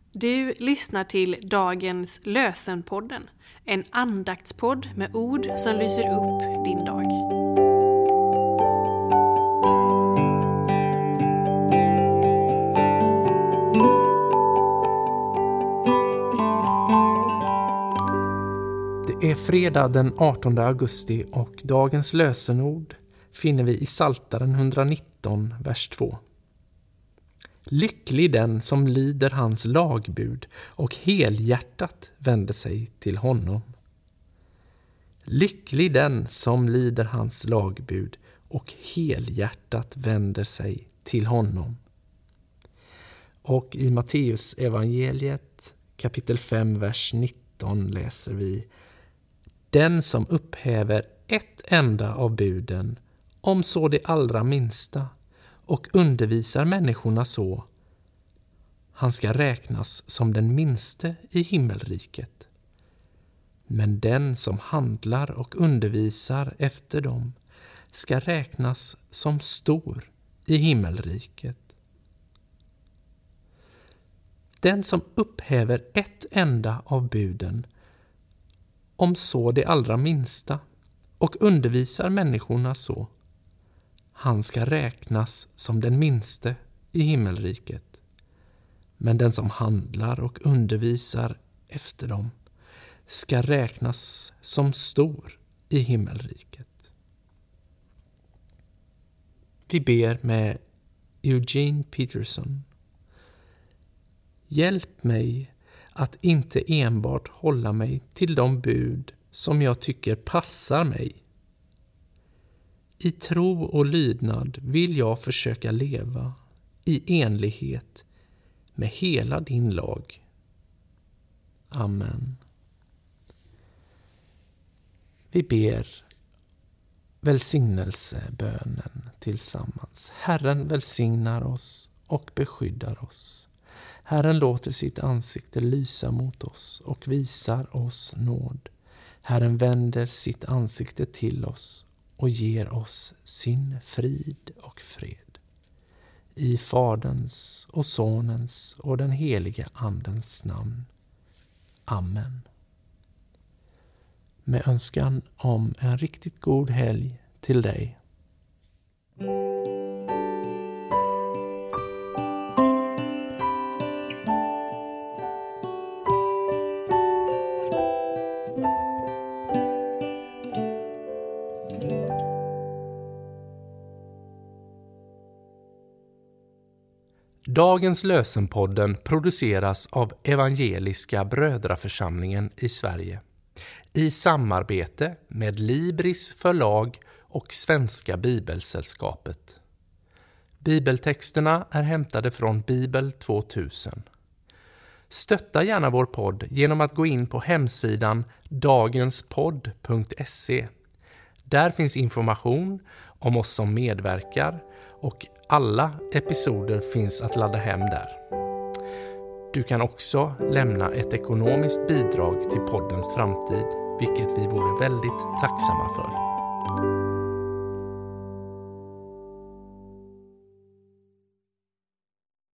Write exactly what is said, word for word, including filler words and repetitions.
Du lyssnar till dagens Lösenpodden, en andaktspodd med ord som lyser upp din dag. Det är fredag den artonde augusti och dagens lösenord finner vi i Psaltaren etthundranitton, vers två. Lycklig den som lyder hans lagbud och helhjärtat vänder sig till honom. Lycklig den som lyder hans lagbud och helhjärtat vänder sig till honom. Och i Matteus evangeliet kapitel fem, vers nitton läser vi: Den som upphäver ett enda av buden, om så det allra minsta, och undervisar människorna så, han ska räknas som den minste i himmelriket. Men den som handlar och undervisar efter dem ska räknas som stor i himmelriket. Den som upphäver ett enda av buden, om så det allra minsta, och undervisar människorna så, han ska räknas som den minste i himmelriket. Men den som handlar och undervisar efter dem ska räknas som stor i himmelriket. Vi ber med Eugene Peterson. Hjälp mig att inte enbart hålla mig till de bud som jag tycker passar mig. I tro och lydnad vill jag försöka leva i enlighet med hela din lag. Amen. Vi ber välsignelsebönen tillsammans. Herren välsignar oss och beskyddar oss. Herren låter sitt ansikte lysa mot oss och visar oss nåd. Herren vänder sitt ansikte till oss och ger oss sin frid och fred. I Faderns och Sonens och den helige Andens namn. Amen. Med önskan om en riktigt god helg till dig. Dagens lösenpodden produceras av Evangeliska Brödraförsamlingen i Sverige i samarbete med Libris förlag och Svenska Bibelsällskapet. Bibeltexterna är hämtade från Bibel tvåtusen. Stötta gärna vår podd genom att gå in på hemsidan dagenspodd punkt se. Där finns information om oss som medverkar och alla episoder finns att ladda hem där. Du kan också lämna ett ekonomiskt bidrag till poddens framtid, vilket vi vore väldigt tacksamma för.